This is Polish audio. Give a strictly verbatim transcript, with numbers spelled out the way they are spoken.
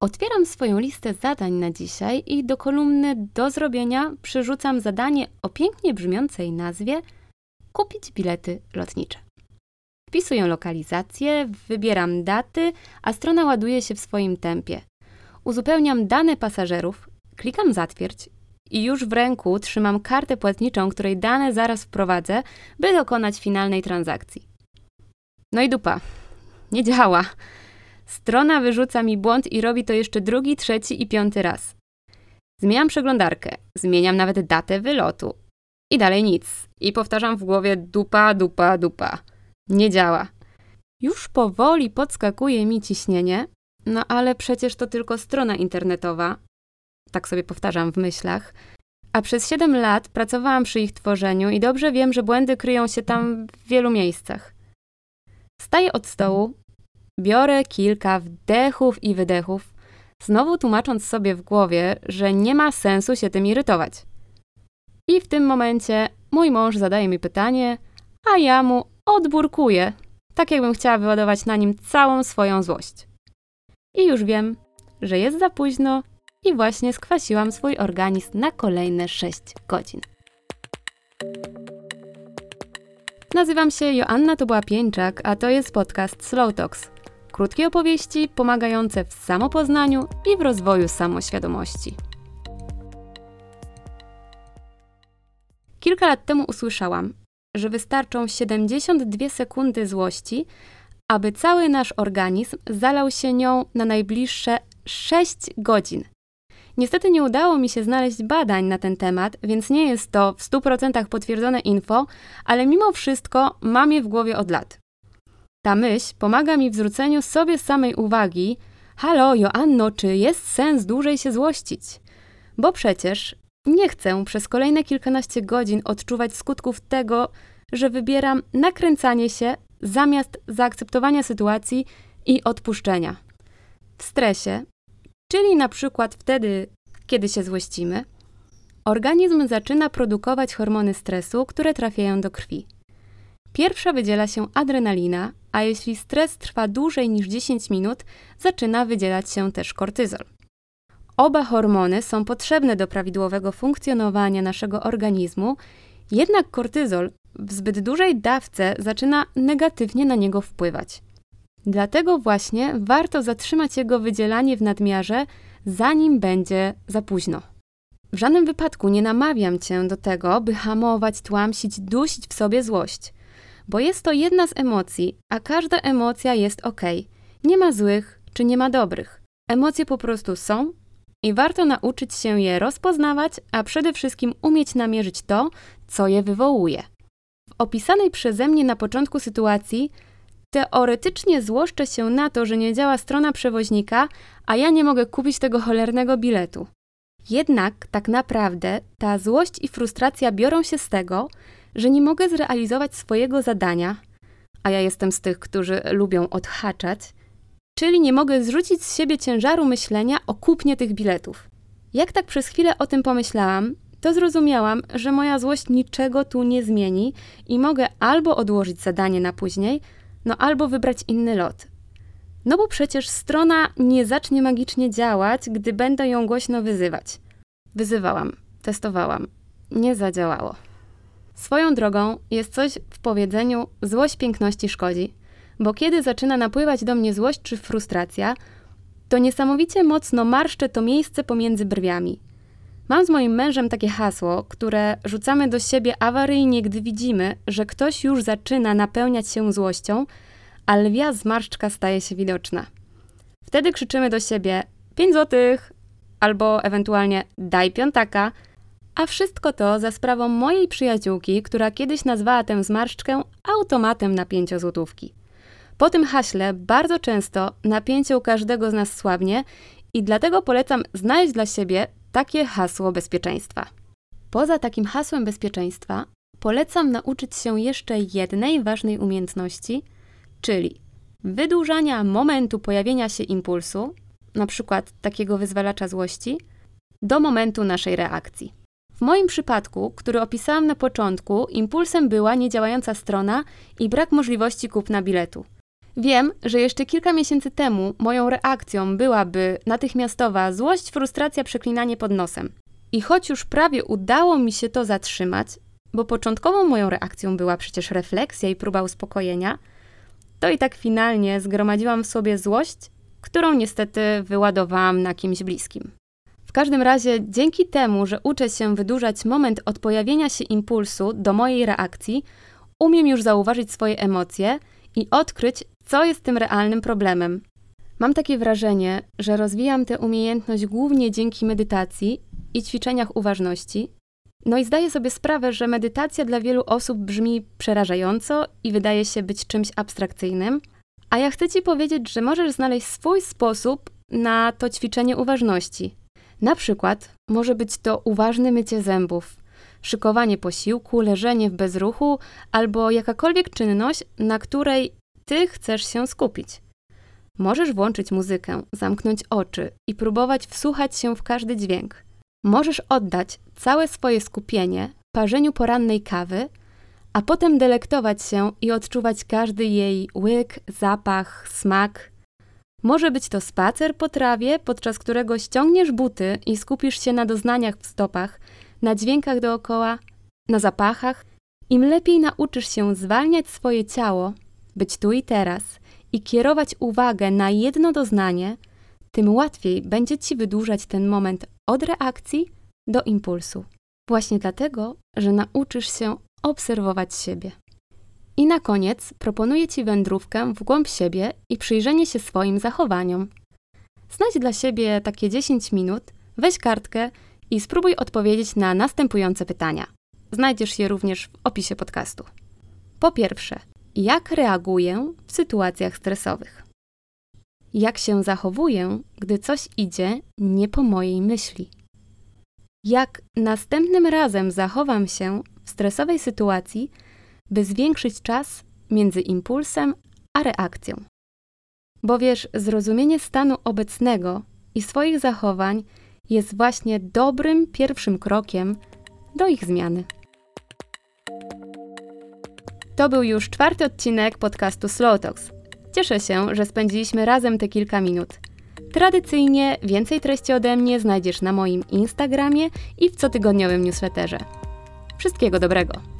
Otwieram swoją listę zadań na dzisiaj i do kolumny do zrobienia przyrzucam zadanie o pięknie brzmiącej nazwie kupić bilety lotnicze. Wpisuję lokalizację, wybieram daty, a strona ładuje się w swoim tempie. Uzupełniam dane pasażerów, klikam zatwierdź i już w ręku trzymam kartę płatniczą, której dane zaraz wprowadzę, by dokonać finalnej transakcji. No i dupa. Nie działa. Strona wyrzuca mi błąd i robi to jeszcze drugi, trzeci i piąty raz. Zmieniam przeglądarkę, zmieniam nawet datę wylotu. I dalej nic. I powtarzam w głowie dupa, dupa, dupa. Nie działa. Już powoli podskakuje mi ciśnienie, no ale przecież to tylko strona internetowa. Tak sobie powtarzam w myślach. A przez siedem lat pracowałam przy ich tworzeniu i dobrze wiem, że błędy kryją się tam w wielu miejscach. Wstaję od stołu, biorę kilka wdechów i wydechów, znowu tłumacząc sobie w głowie, że nie ma sensu się tym irytować. I w tym momencie mój mąż zadaje mi pytanie, a ja mu odburkuję, tak jakbym chciała wyładować na nim całą swoją złość. I już wiem, że jest za późno i właśnie skwasiłam swój organizm na kolejne sześć godzin. Nazywam się Joanna Toboła-Pieńczak, a to jest podcast Slow Talks. Krótkie opowieści pomagające w samopoznaniu i w rozwoju samoświadomości. Kilka lat temu usłyszałam, że wystarczą siedemdziesiąt dwie sekundy złości, aby cały nasz organizm zalał się nią na najbliższe sześć godzin. Niestety nie udało mi się znaleźć badań na ten temat, więc nie jest to w stu procentach potwierdzone info, ale mimo wszystko mam je w głowie od lat. Ta myśl pomaga mi w zwróceniu sobie samej uwagi, halo Joanno, czy jest sens dłużej się złościć? Bo przecież nie chcę przez kolejne kilkanaście godzin odczuwać skutków tego, że wybieram nakręcanie się zamiast zaakceptowania sytuacji i odpuszczenia. W stresie, czyli na przykład wtedy, kiedy się złościmy, organizm zaczyna produkować hormony stresu, które trafiają do krwi. Pierwsza wydziela się adrenalina, a jeśli stres trwa dłużej niż dziesięć minut, zaczyna wydzielać się też kortyzol. Oba hormony są potrzebne do prawidłowego funkcjonowania naszego organizmu, jednak kortyzol w zbyt dużej dawce zaczyna negatywnie na niego wpływać. Dlatego właśnie warto zatrzymać jego wydzielanie w nadmiarze, zanim będzie za późno. W żadnym wypadku nie namawiam Cię do tego, by hamować, tłamsić, dusić w sobie złość. Bo jest to jedna z emocji, a każda emocja jest okej. Nie ma złych, czy nie ma dobrych. Emocje po prostu są i warto nauczyć się je rozpoznawać, a przede wszystkim umieć namierzyć to, co je wywołuje. W opisanej przeze mnie na początku sytuacji teoretycznie złoszczę się na to, że nie działa strona przewoźnika, a ja nie mogę kupić tego cholernego biletu. Jednak tak naprawdę ta złość i frustracja biorą się z tego, że nie mogę zrealizować swojego zadania, a ja jestem z tych, którzy lubią odhaczać, czyli nie mogę zrzucić z siebie ciężaru myślenia o kupnie tych biletów. Jak tak przez chwilę o tym pomyślałam, to zrozumiałam, że moja złość niczego tu nie zmieni i mogę albo odłożyć zadanie na później, no albo wybrać inny lot. No bo przecież strona nie zacznie magicznie działać, gdy będę ją głośno wyzywać. Wyzywałam, testowałam, nie zadziałało. Swoją drogą jest coś w powiedzeniu złość piękności szkodzi, bo kiedy zaczyna napływać do mnie złość czy frustracja, to niesamowicie mocno marszczę to miejsce pomiędzy brwiami. Mam z moim mężem takie hasło, które rzucamy do siebie awaryjnie, gdy widzimy, że ktoś już zaczyna napełniać się złością, a lwia zmarszczka staje się widoczna. Wtedy krzyczymy do siebie pięć złotych albo ewentualnie daj piątaka, a wszystko to za sprawą mojej przyjaciółki, która kiedyś nazwała tę zmarszczkę automatem na pięciozłotówki. Po tym haśle bardzo często napięcie u każdego z nas słabnie i dlatego polecam znaleźć dla siebie takie hasło bezpieczeństwa. Poza takim hasłem bezpieczeństwa polecam nauczyć się jeszcze jednej ważnej umiejętności, czyli wydłużania momentu pojawienia się impulsu, na przykład takiego wyzwalacza złości, do momentu naszej reakcji. W moim przypadku, który opisałam na początku, impulsem była niedziałająca strona i brak możliwości kupna biletu. Wiem, że jeszcze kilka miesięcy temu moją reakcją byłaby natychmiastowa złość, frustracja, przeklinanie pod nosem. I choć już prawie udało mi się to zatrzymać, bo początkową moją reakcją była przecież refleksja i próba uspokojenia, to i tak finalnie zgromadziłam w sobie złość, którą niestety wyładowałam na kimś bliskim. W każdym razie dzięki temu, że uczę się wydłużać moment od pojawienia się impulsu do mojej reakcji, umiem już zauważyć swoje emocje i odkryć, co jest tym realnym problemem. Mam takie wrażenie, że rozwijam tę umiejętność głównie dzięki medytacji i ćwiczeniach uważności. No i zdaję sobie sprawę, że medytacja dla wielu osób brzmi przerażająco i wydaje się być czymś abstrakcyjnym, a ja chcę Ci powiedzieć, że możesz znaleźć swój sposób na to ćwiczenie uważności. Na przykład może być to uważne mycie zębów, szykowanie posiłku, leżenie w bezruchu albo jakakolwiek czynność, na której Ty chcesz się skupić. Możesz włączyć muzykę, zamknąć oczy i próbować wsłuchać się w każdy dźwięk. Możesz oddać całe swoje skupienie parzeniu porannej kawy, a potem delektować się i odczuwać każdy jej łyk, zapach, smak. Może być to spacer po trawie, podczas którego ściągniesz buty i skupisz się na doznaniach w stopach, na dźwiękach dookoła, na zapachach. Im lepiej nauczysz się zwalniać swoje ciało, być tu i teraz i kierować uwagę na jedno doznanie, tym łatwiej będzie Ci wydłużać ten moment od reakcji do impulsu. Właśnie dlatego, że nauczysz się obserwować siebie. I na koniec proponuję Ci wędrówkę w głąb siebie i przyjrzenie się swoim zachowaniom. Znajdź dla siebie takie dziesięć minut, weź kartkę i spróbuj odpowiedzieć na następujące pytania. Znajdziesz je również w opisie podcastu. Po pierwsze, jak reaguję w sytuacjach stresowych? Jak się zachowuję, gdy coś idzie nie po mojej myśli? Jak następnym razem zachowam się w stresowej sytuacji, by zwiększyć czas między impulsem a reakcją? Bo wiesz, zrozumienie stanu obecnego i swoich zachowań jest właśnie dobrym pierwszym krokiem do ich zmiany. To był już czwarty odcinek podcastu Slow Talks. Cieszę się, że spędziliśmy razem te kilka minut. Tradycyjnie więcej treści ode mnie znajdziesz na moim Instagramie i w cotygodniowym newsletterze. Wszystkiego dobrego!